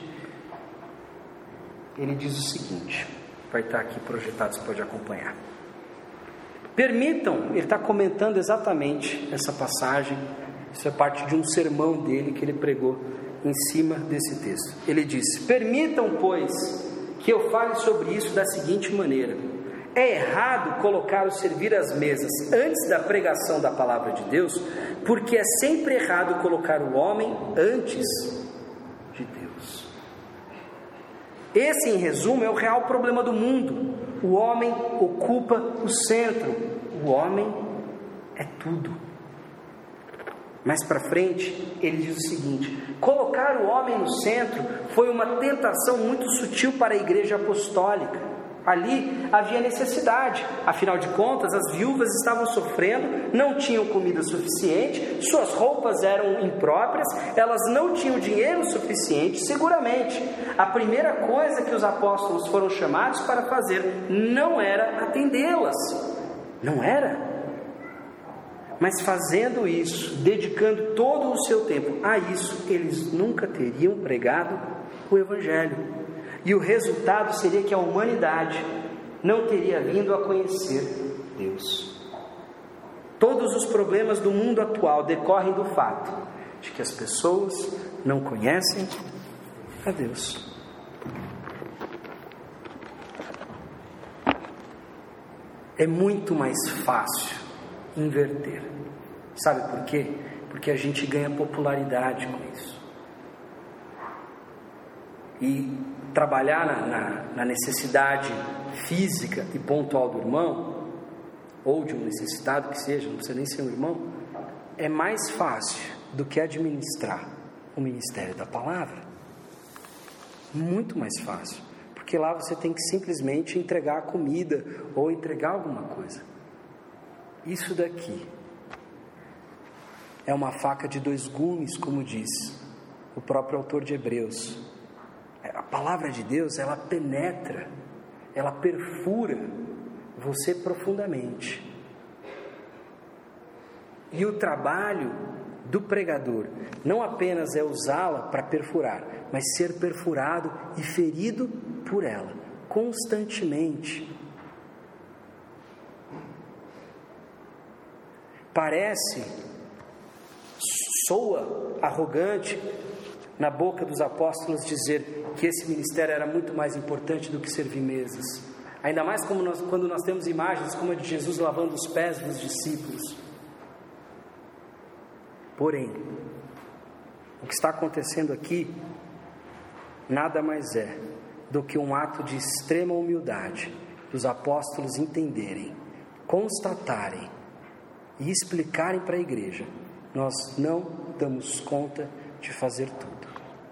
ele diz o seguinte, vai estar aqui projetado, você pode acompanhar. Permitam, ele está comentando exatamente essa passagem, isso é parte de um sermão dele que ele pregou em cima desse texto. Ele diz: permitam, pois, que eu fale sobre isso da seguinte maneira: É errado colocar o servir às mesas antes da pregação da palavra de Deus, porque é sempre errado colocar o homem antes de Deus. Esse, em resumo, é o real problema do mundo. O homem ocupa o centro. O homem é tudo. Mais para frente, ele diz o seguinte: colocar o homem no centro foi uma tentação muito sutil para a igreja apostólica. Ali havia necessidade, afinal de contas as viúvas estavam sofrendo, não tinham comida suficiente, suas roupas eram impróprias, elas não tinham dinheiro suficiente. Seguramente, a primeira coisa que os apóstolos foram chamados para fazer não era atendê-las, não era, mas fazendo isso, dedicando todo o seu tempo a isso, eles nunca teriam pregado o Evangelho. E o resultado seria que a humanidade não teria vindo a conhecer Deus. Todos os problemas do mundo atual decorrem do fato de que as pessoas não conhecem a Deus. É muito mais fácil inverter. Sabe por quê? Porque a gente ganha popularidade com isso. E trabalhar na, na, na necessidade física e pontual do irmão, ou de um necessitado que seja, não precisa nem ser um irmão, é mais fácil do que administrar o ministério da palavra. Muito mais fácil, porque lá você tem que simplesmente entregar a comida ou entregar alguma coisa. Isso daqui é uma faca de dois gumes, como diz o próprio autor de Hebreus. A palavra de Deus, ela penetra, ela perfura você profundamente. E o trabalho do pregador não apenas é usá-la para perfurar, mas ser perfurado e ferido por ela, constantemente. Parece, soa arrogante na boca dos apóstolos dizer que esse ministério era muito mais importante do que servir mesas. Ainda mais como nós, quando nós temos imagens como a de Jesus lavando os pés dos discípulos. Porém, o que está acontecendo aqui nada mais é do que um ato de extrema humildade dos apóstolos entenderem, constatarem e explicarem para a igreja: nós não damos conta de fazer tudo.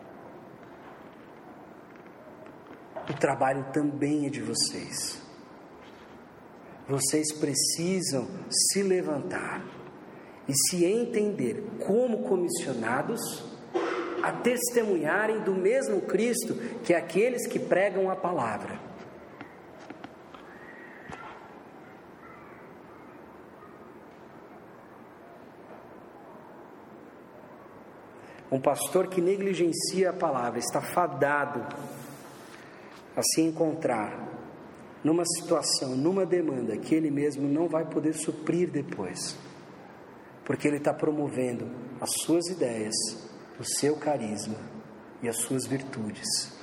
O trabalho também é de vocês. Vocês precisam se levantar e se entender como comissionados a testemunharem do mesmo Cristo que aqueles que pregam a palavra. Um pastor que negligencia a palavra está fadado a se encontrar numa situação, numa demanda que ele mesmo não vai poder suprir depois, porque ele está promovendo as suas ideias, o seu carisma e as suas virtudes.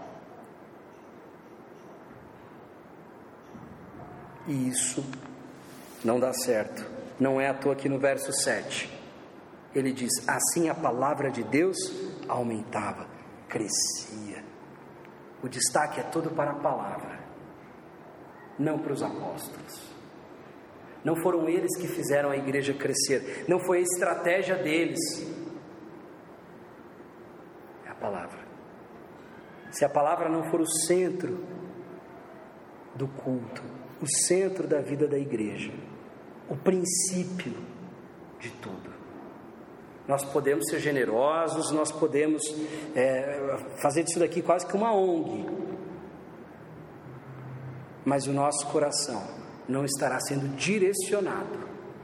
E isso não dá certo. Não é à toa que no verso sete ele diz: assim a palavra de Deus aumentava, crescia. O destaque é todo para a palavra, não para os apóstolos. Não foram eles que fizeram a igreja crescer, não foi a estratégia deles, é a palavra. Se a palavra não for o centro do culto, o centro da vida da igreja, o princípio de tudo, nós podemos ser generosos, nós podemos é, fazer disso daqui quase que uma O N G, mas o nosso coração não estará sendo direcionado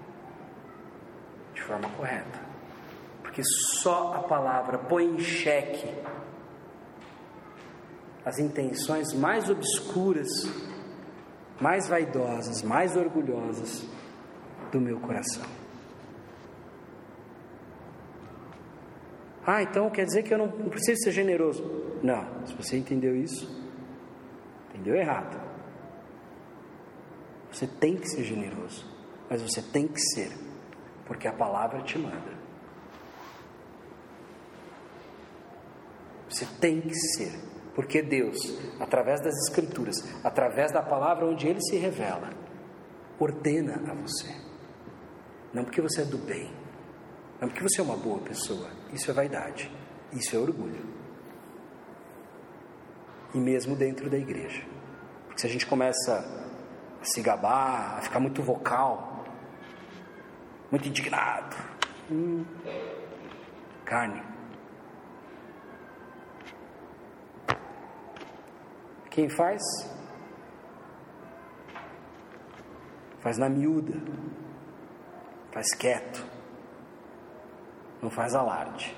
de forma correta, porque só a palavra põe em xeque as intenções mais obscuras, mais vaidosas, mais orgulhosas do meu coração. Ah, então quer dizer que eu não preciso ser generoso? Não, se você entendeu isso, entendeu errado. Você tem que ser generoso, mas você tem que ser, porque a palavra te manda. Você tem que ser, porque Deus, através das Escrituras, através da palavra onde Ele se revela, ordena a você. Não porque você é do bem, não porque você é uma boa pessoa. Isso é vaidade, isso é orgulho. E mesmo dentro da igreja. Porque se a gente começa a se gabar, a ficar muito vocal, muito indignado, hum, carne. Quem faz? Faz na miúda, faz quieto, não faz alarde.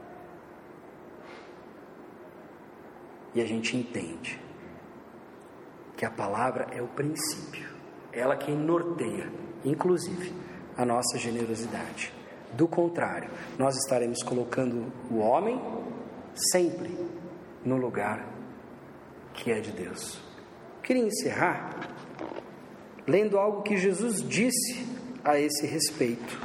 E a gente entende que a palavra é o princípio, ela quem norteia, inclusive, a nossa generosidade. Do contrário, nós estaremos colocando o homem sempre no lugar que é de Deus. Queria encerrar lendo algo que Jesus disse a esse respeito.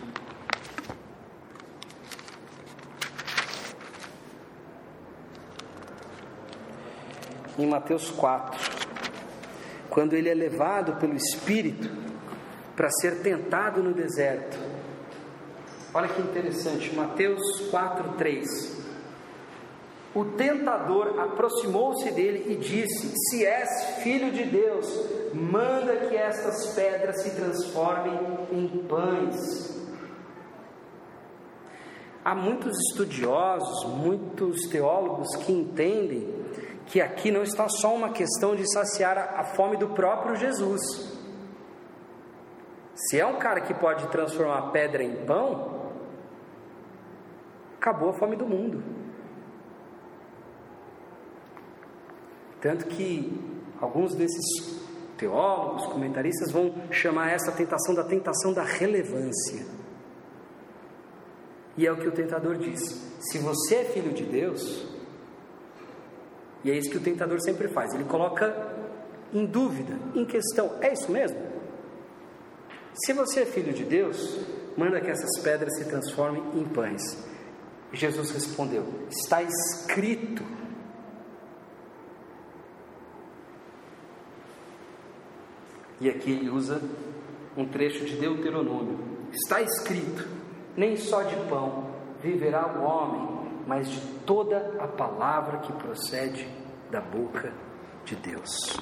Em Mateus quatro, quando ele é levado pelo Espírito para ser tentado no deserto. Olha que interessante, Mateus quatro, três. O tentador aproximou-se dele e disse: se és filho de Deus, manda que estas pedras se transformem em pães. Há muitos estudiosos, muitos teólogos que entendem que aqui não está só uma questão de saciar a fome do próprio Jesus. Se é um cara que pode transformar pedra em pão, acabou a fome do mundo. Tanto que alguns desses teólogos, comentaristas vão chamar essa tentação da tentação da relevância. E é o que o tentador diz: se você é filho de Deus, e é isso que o tentador sempre faz, ele coloca em dúvida, em questão: é isso mesmo? Se você é filho de Deus, manda que essas pedras se transformem em pães. E Jesus respondeu: está escrito. E aqui ele usa um trecho de Deuteronômio. Está escrito: nem só de pão viverá o homem, mas de toda a palavra que procede da boca de Deus.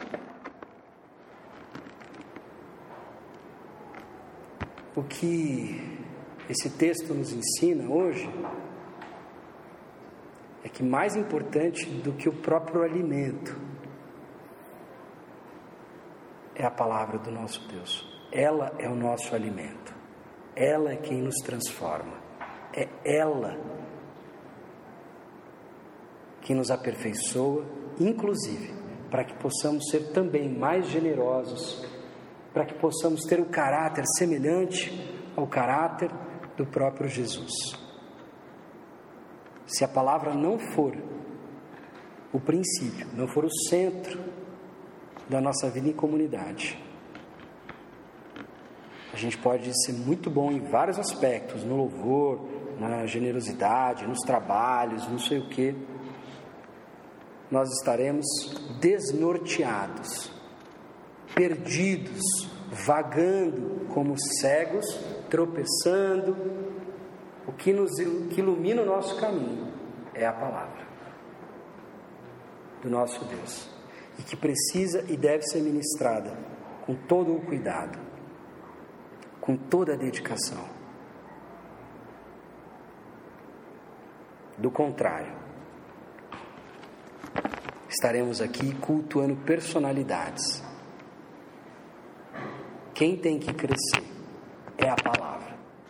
O que esse texto nos ensina hoje é que mais importante do que o próprio alimento é a palavra do nosso Deus. Ela é o nosso alimento. Ela é quem nos transforma. É ela que nos aperfeiçoa, inclusive, para que possamos ser também mais generosos, para que possamos ter o caráter semelhante ao caráter do próprio Jesus. Se a palavra não for o princípio, não for o centro da nossa vida em comunidade, a gente pode ser muito bom em vários aspectos, no louvor, na generosidade, nos trabalhos, não sei o que. Nós estaremos desnorteados, perdidos, vagando como cegos, tropeçando. O que nos que ilumina o nosso caminho é a palavra do nosso Deus, e que precisa e deve ser ministrada com todo o cuidado, com toda a dedicação. Do contrário, estaremos aqui cultuando personalidades. Quem tem que crescer é a palavra.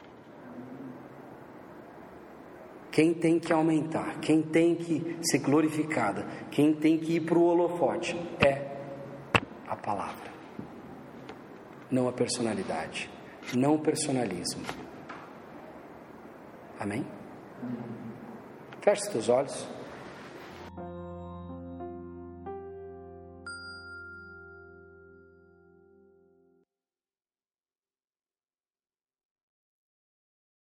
Quem tem que aumentar, quem tem que ser glorificada, quem tem que ir para o holofote é a palavra, não a personalidade, não o personalismo. Amém? Feche os teus olhos.